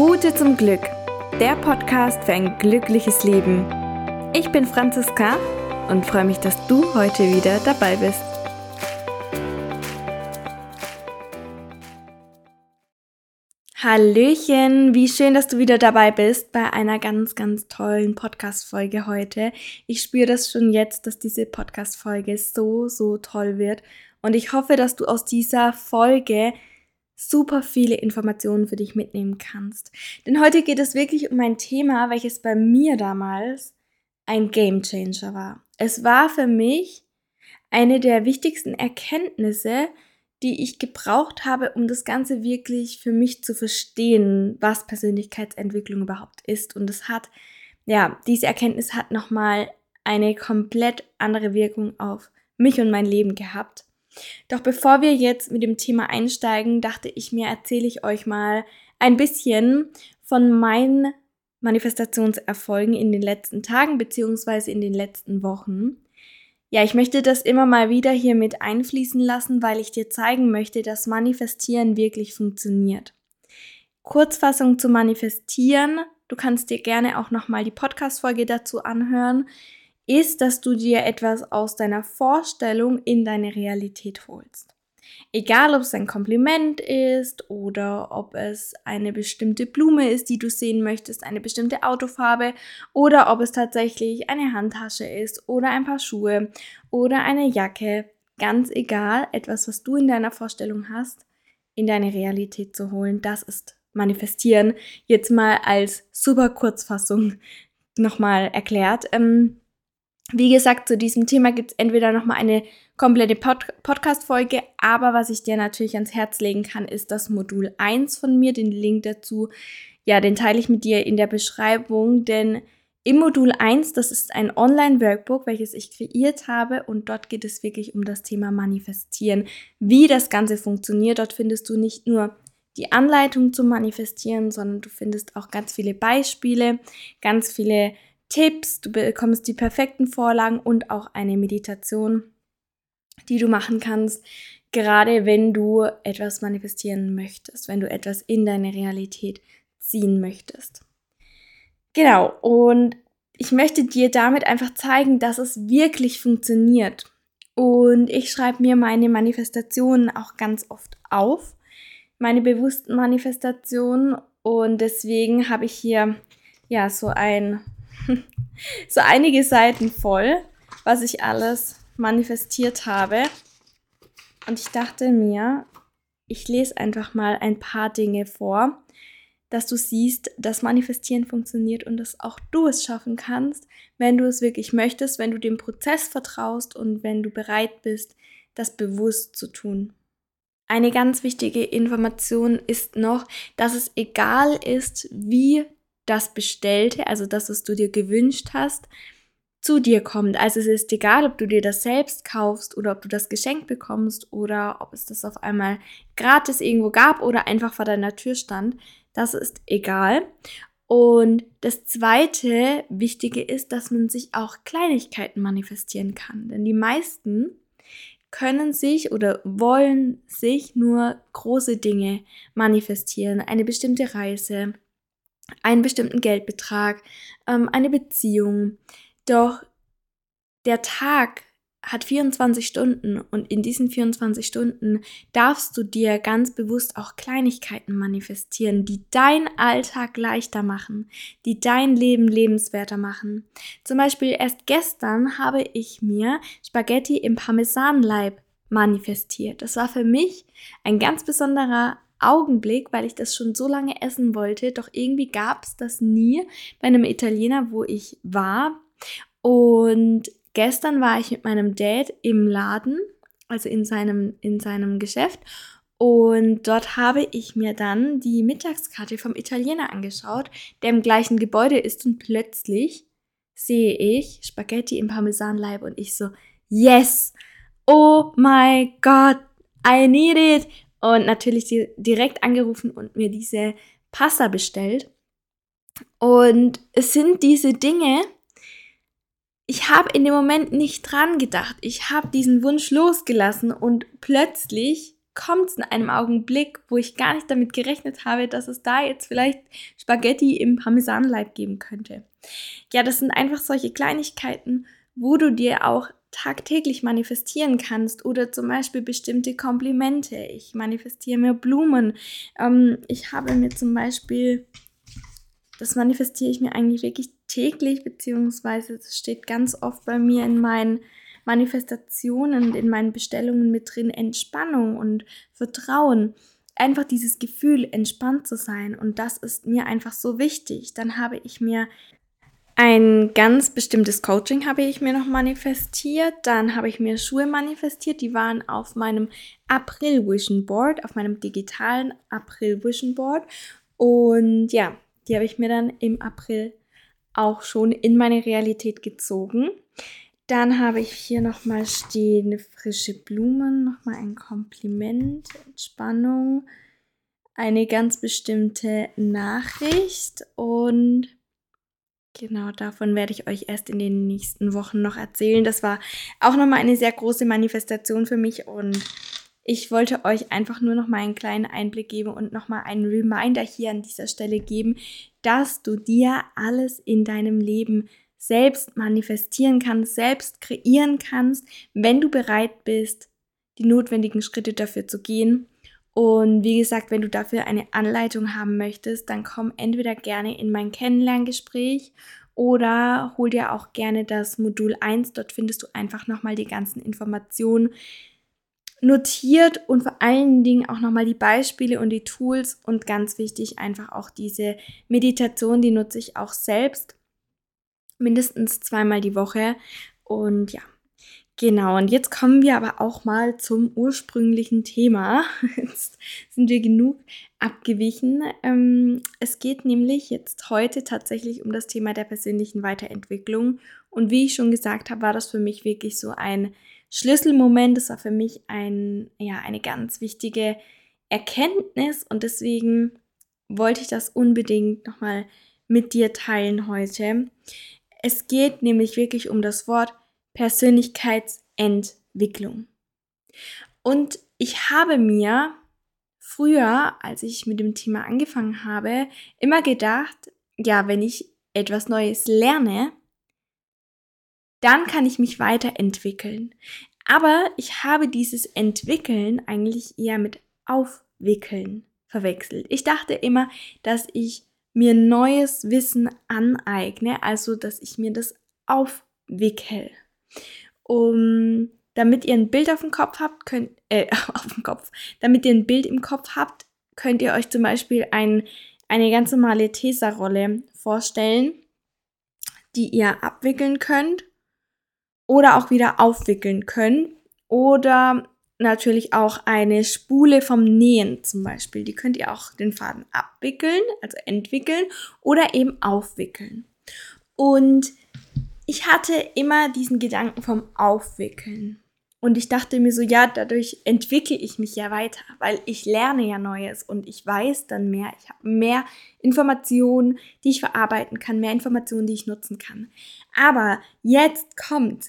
Route zum Glück, der Podcast für ein glückliches Leben. Ich bin Franziska und freue mich, dass du heute wieder dabei bist. Hallöchen, wie schön, dass du wieder dabei bist bei einer ganz, ganz tollen Podcast-Folge heute. Ich spüre das schon jetzt, dass diese Podcast-Folge so toll wird und ich hoffe, dass du aus dieser Folge super viele Informationen für dich mitnehmen kannst. Denn heute geht es wirklich um ein Thema, welches bei mir damals ein Gamechanger war. Es war für mich eine der wichtigsten Erkenntnisse, die ich gebraucht habe, um das Ganze wirklich für mich zu verstehen, was Persönlichkeitsentwicklung überhaupt ist. Und diese Erkenntnis hat nochmal eine komplett andere Wirkung auf mich und mein Leben gehabt. Doch bevor wir jetzt mit dem Thema einsteigen, dachte ich mir, erzähle ich euch mal ein bisschen von meinen Manifestationserfolgen in den letzten Tagen bzw. in den letzten Wochen. Ja, ich möchte das immer mal wieder hier mit einfließen lassen, weil ich dir zeigen möchte, dass Manifestieren wirklich funktioniert. Kurzfassung zu Manifestieren, du kannst dir gerne auch nochmal die Podcast-Folge dazu anhören, ist, dass du dir etwas aus deiner Vorstellung in deine Realität holst. Egal, ob es ein Kompliment ist oder ob es eine bestimmte Blume ist, die du sehen möchtest, eine bestimmte Autofarbe oder ob es tatsächlich eine Handtasche ist oder ein paar Schuhe oder eine Jacke. Ganz egal, etwas, was du in deiner Vorstellung hast, in deine Realität zu holen, das ist Manifestieren. Jetzt mal als super Kurzfassung nochmal erklärt. Wie gesagt, zu diesem Thema gibt es entweder nochmal eine komplette Podcast-Folge, aber was ich dir natürlich ans Herz legen kann, ist das Modul 1 von mir. Den Link dazu, den teile ich mit dir in der Beschreibung, denn im Modul 1, das ist ein Online-Workbook, welches ich kreiert habe und dort geht es wirklich um das Thema Manifestieren, wie das Ganze funktioniert. Dort findest du nicht nur die Anleitung zum Manifestieren, sondern du findest auch ganz viele Beispiele, ganz viele Tipps, du bekommst die perfekten Vorlagen und auch eine Meditation, die du machen kannst, gerade wenn du etwas manifestieren möchtest, wenn du etwas in deine Realität ziehen möchtest. Genau, und ich möchte dir damit einfach zeigen, dass es wirklich funktioniert. Und ich schreibe mir meine Manifestationen auch ganz oft auf, meine bewussten Manifestationen, und deswegen habe ich hier so einige Seiten voll, was ich alles manifestiert habe. Und ich dachte mir, ich lese einfach mal ein paar Dinge vor, dass du siehst, dass Manifestieren funktioniert und dass auch du es schaffen kannst, wenn du es wirklich möchtest, wenn du dem Prozess vertraust und wenn du bereit bist, das bewusst zu tun. Eine ganz wichtige Information ist noch, dass es egal ist, wie das Bestellte, also das, was du dir gewünscht hast, zu dir kommt. Also es ist egal, ob du dir das selbst kaufst oder ob du das geschenkt bekommst oder ob es das auf einmal gratis irgendwo gab oder einfach vor deiner Tür stand. Das ist egal. Und das zweite Wichtige ist, dass man sich auch Kleinigkeiten manifestieren kann. Denn die meisten können sich oder wollen sich nur große Dinge manifestieren. Eine bestimmte Reise, einen bestimmten Geldbetrag, eine Beziehung. Doch der Tag hat 24 Stunden und in diesen 24 Stunden darfst du dir ganz bewusst auch Kleinigkeiten manifestieren, die deinen Alltag leichter machen, die dein Leben lebenswerter machen. Zum Beispiel erst gestern habe ich mir Spaghetti im Parmesanleib manifestiert. Das war für mich ein ganz besonderer Augenblick, weil ich das schon so lange essen wollte, doch irgendwie gab es das nie bei einem Italiener, wo ich war. Und gestern war ich mit meinem Dad im Laden, also in seinem Geschäft, und dort habe ich mir dann die Mittagskarte vom Italiener angeschaut, der im gleichen Gebäude ist, und plötzlich sehe ich Spaghetti im Parmesanleib und ich so, yes, oh my God, I need it. Und natürlich direkt angerufen und mir diese Pasta bestellt. Und es sind diese Dinge, ich habe in dem Moment nicht dran gedacht. Ich habe diesen Wunsch losgelassen und plötzlich kommt es in einem Augenblick, wo ich gar nicht damit gerechnet habe, dass es da jetzt vielleicht Spaghetti im Parmesanleib geben könnte. Ja, das sind einfach solche Kleinigkeiten, wo du dir auch tagtäglich manifestieren kannst oder zum Beispiel bestimmte Komplimente. Ich manifestiere mir Blumen. Ich habe mir zum Beispiel, das manifestiere ich mir eigentlich wirklich täglich, beziehungsweise das steht ganz oft bei mir in meinen Manifestationen, in meinen Bestellungen mit drin, Entspannung und Vertrauen. Einfach dieses Gefühl, entspannt zu sein, und das ist mir einfach so wichtig. Dann habe ich mir ein ganz bestimmtes Coaching habe ich mir noch manifestiert. Dann habe ich mir Schuhe manifestiert. Die waren auf meinem April Vision Board, auf meinem digitalen April Vision Board. Und ja, die habe ich mir dann im April auch schon in meine Realität gezogen. Dann habe ich hier nochmal stehen frische Blumen, nochmal ein Kompliment, Entspannung, eine ganz bestimmte Nachricht, und genau, davon werde ich euch erst in den nächsten Wochen noch erzählen. Das war auch nochmal eine sehr große Manifestation für mich, und ich wollte euch einfach nur nochmal einen kleinen Einblick geben und nochmal einen Reminder hier an dieser Stelle geben, dass du dir alles in deinem Leben selbst manifestieren kannst, selbst kreieren kannst, wenn du bereit bist, die notwendigen Schritte dafür zu gehen. Und wie gesagt, wenn du dafür eine Anleitung haben möchtest, dann komm entweder gerne in mein Kennenlerngespräch oder hol dir auch gerne das Modul 1. Dort findest du einfach nochmal die ganzen Informationen notiert und vor allen Dingen auch nochmal die Beispiele und die Tools, und ganz wichtig einfach auch diese Meditation, die nutze ich auch selbst mindestens 2-mal die Woche. Und ja, genau, und jetzt kommen wir aber auch mal zum ursprünglichen Thema. Jetzt sind wir genug abgewichen. Es geht nämlich jetzt heute tatsächlich um das Thema der persönlichen Weiterentwicklung. Und wie ich schon gesagt habe, war das für mich wirklich so ein Schlüsselmoment. Das war für mich eine ganz wichtige Erkenntnis, und deswegen wollte ich das unbedingt nochmal mit dir teilen heute. Es geht nämlich wirklich um das Wort Persönlichkeitsentwicklung. Und ich habe mir früher, als ich mit dem Thema angefangen habe, immer gedacht, ja, wenn ich etwas Neues lerne, dann kann ich mich weiterentwickeln. Aber ich habe dieses Entwickeln eigentlich eher mit Aufwickeln verwechselt. Ich dachte immer, dass ich mir neues Wissen aneigne, also dass ich mir das aufwickel. Damit ihr ein Bild auf dem Kopf habt, damit ihr ein Bild im Kopf habt, könnt ihr euch zum Beispiel eine ganz normale Tesa-Rolle vorstellen, die ihr abwickeln könnt oder auch wieder aufwickeln könnt, oder natürlich auch eine Spule vom Nähen zum Beispiel. Die könnt ihr auch den Faden abwickeln, also entwickeln, oder eben aufwickeln. Und ich hatte immer diesen Gedanken vom Aufwickeln. Und ich dachte mir so, ja, dadurch entwickle ich mich ja weiter, weil ich lerne ja Neues und ich weiß dann mehr. Ich habe mehr Informationen, die ich verarbeiten kann, mehr Informationen, die ich nutzen kann. Aber jetzt kommt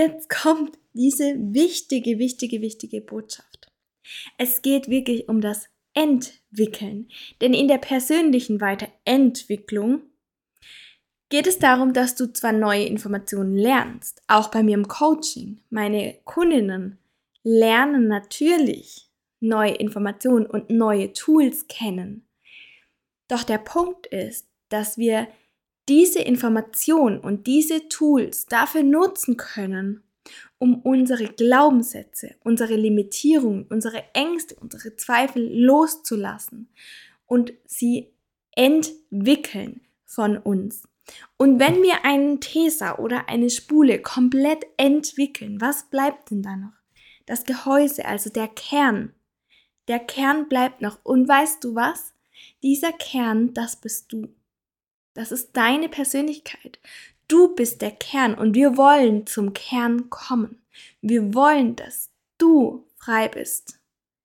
diese wichtige Botschaft. Es geht wirklich um das Entwickeln. Denn in der persönlichen Weiterentwicklung geht es darum, dass du zwar neue Informationen lernst, auch bei mir im Coaching. Meine Kundinnen lernen natürlich neue Informationen und neue Tools kennen. Doch der Punkt ist, dass wir diese Informationen und diese Tools dafür nutzen können, um unsere Glaubenssätze, unsere Limitierungen, unsere Ängste, unsere Zweifel loszulassen und sie entwickeln von uns. Und wenn wir einen Tesa oder eine Spule komplett entwickeln, was bleibt denn da noch? Das Gehäuse, also der Kern. Der Kern bleibt noch. Und weißt du was? Dieser Kern, das bist du. Das ist deine Persönlichkeit. Du bist der Kern, und wir wollen zum Kern kommen. Wir wollen, dass du frei bist.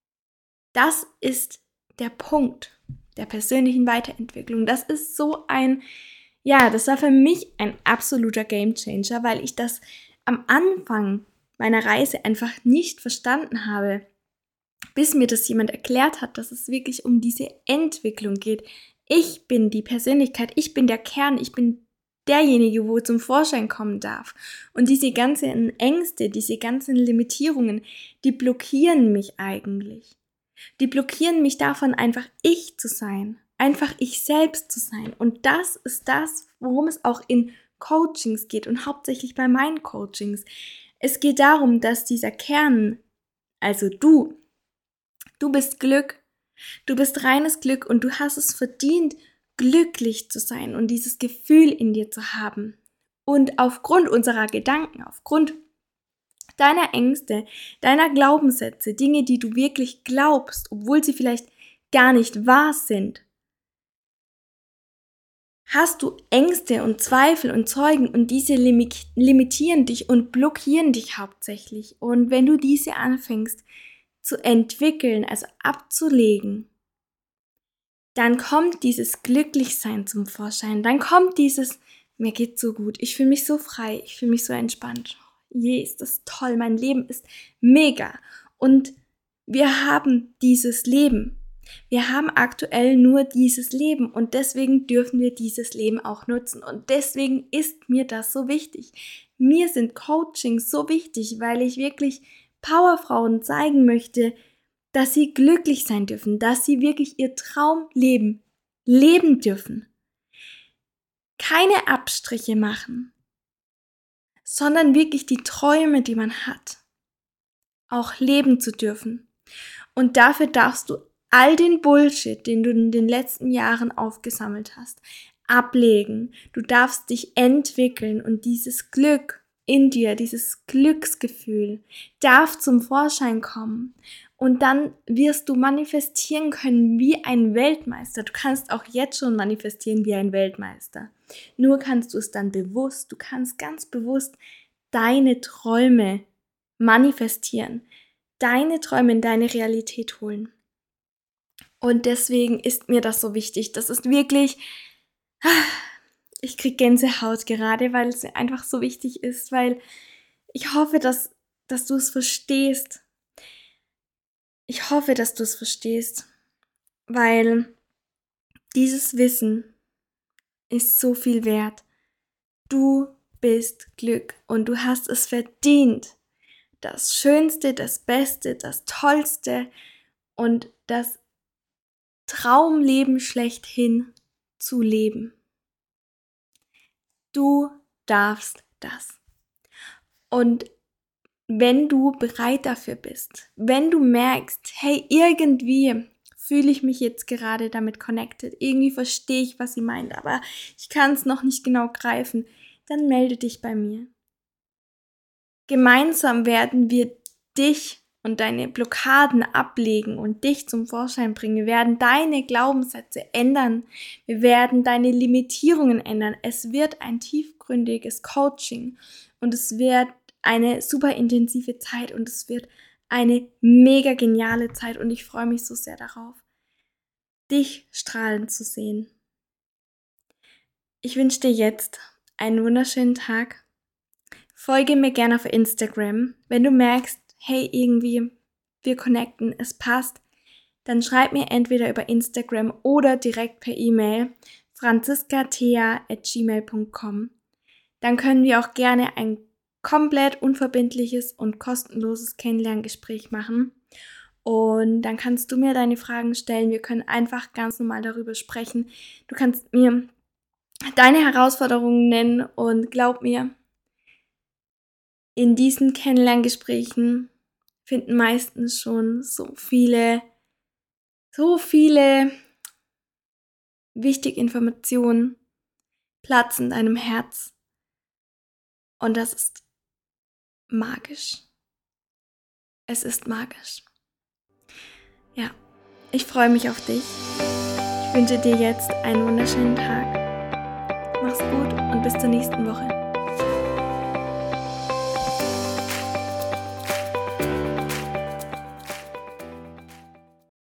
Das ist der Punkt der persönlichen Weiterentwicklung. Das ist so das war für mich ein absoluter Gamechanger, weil ich das am Anfang meiner Reise einfach nicht verstanden habe. bis mir das jemand erklärt hat, dass es wirklich um diese Entwicklung geht. Ich bin die Persönlichkeit, ich bin der Kern, ich bin derjenige, wo zum Vorschein kommen darf. Und diese ganzen Ängste, diese ganzen Limitierungen, die blockieren mich eigentlich. Die blockieren mich davon, einfach ich zu sein, einfach ich selbst zu sein. Und das ist das, worum es auch in Coachings geht und hauptsächlich bei meinen Coachings. Es geht darum, dass dieser Kern, also du bist Glück, du bist reines Glück und du hast es verdient, glücklich zu sein und dieses Gefühl in dir zu haben. Und aufgrund unserer Gedanken, aufgrund deiner Ängste, deiner Glaubenssätze, Dinge, die du wirklich glaubst, obwohl sie vielleicht gar nicht wahr sind, hast du Ängste und Zweifel und Zeugen und diese limitieren dich und blockieren dich hauptsächlich. Und wenn du diese anfängst zu entwickeln, also abzulegen, dann kommt dieses Glücklichsein zum Vorschein, dann kommt dieses, mir geht's so gut, ich fühle mich so frei, ich fühle mich so entspannt. Je, ist das toll, mein Leben ist mega. Und wir haben dieses Leben. Wir haben aktuell nur dieses Leben und deswegen dürfen wir dieses Leben auch nutzen. Und deswegen ist mir das so wichtig. Mir sind Coachings so wichtig, weil ich wirklich Powerfrauen zeigen möchte, dass sie glücklich sein dürfen, dass sie wirklich ihr Traumleben leben dürfen. Keine Abstriche machen, sondern wirklich die Träume, die man hat, auch leben zu dürfen. Und dafür darfst du all den Bullshit, den du in den letzten Jahren aufgesammelt hast, ablegen. Du darfst dich entwickeln und dieses Glück in dir, dieses Glücksgefühl darf zum Vorschein kommen. Und dann wirst du manifestieren können wie ein Weltmeister. Du kannst auch jetzt schon manifestieren wie ein Weltmeister. Nur kannst du es dann bewusst, du kannst ganz bewusst deine Träume manifestieren, deine Träume in deine Realität holen. Und deswegen ist mir das so wichtig. Das ist wirklich, ich kriege Gänsehaut gerade, weil es mir einfach so wichtig ist, weil ich hoffe, dass du es verstehst. Ich hoffe, dass du es verstehst, weil dieses Wissen ist so viel wert. Du bist Glück und du hast es verdient, das Schönste, das Beste, das Tollste und das Traumleben schlechthin zu leben. Du darfst das. Und wenn du bereit dafür bist, wenn du merkst, hey, irgendwie fühle ich mich jetzt gerade damit connected, irgendwie verstehe ich, was sie meint, aber ich kann es noch nicht genau greifen, dann melde dich bei mir. Gemeinsam werden wir dich und deine Blockaden ablegen und dich zum Vorschein bringen. Wir werden deine Glaubenssätze ändern. Wir werden deine Limitierungen ändern. Es wird ein tiefgründiges Coaching und es wird eine super intensive Zeit und es wird eine mega geniale Zeit und ich freue mich so sehr darauf, dich strahlen zu sehen. Ich wünsche dir jetzt einen wunderschönen Tag. Folge mir gerne auf Instagram. Wenn du merkst, hey, irgendwie, wir connecten, es passt, dann schreib mir entweder über Instagram oder direkt per E-Mail franziskathea@gmail.com. Dann können wir auch gerne ein komplett unverbindliches und kostenloses Kennenlerngespräch machen. Und dann kannst du mir deine Fragen stellen. Wir können einfach ganz normal darüber sprechen. Du kannst mir deine Herausforderungen nennen und glaub mir, in diesen Kennenlerngesprächen finden meistens schon so viele wichtige Informationen Platz in deinem Herz. Und das ist magisch. Es ist magisch. Ja, ich freue mich auf dich. Ich wünsche dir jetzt einen wunderschönen Tag. Mach's gut und bis zur nächsten Woche.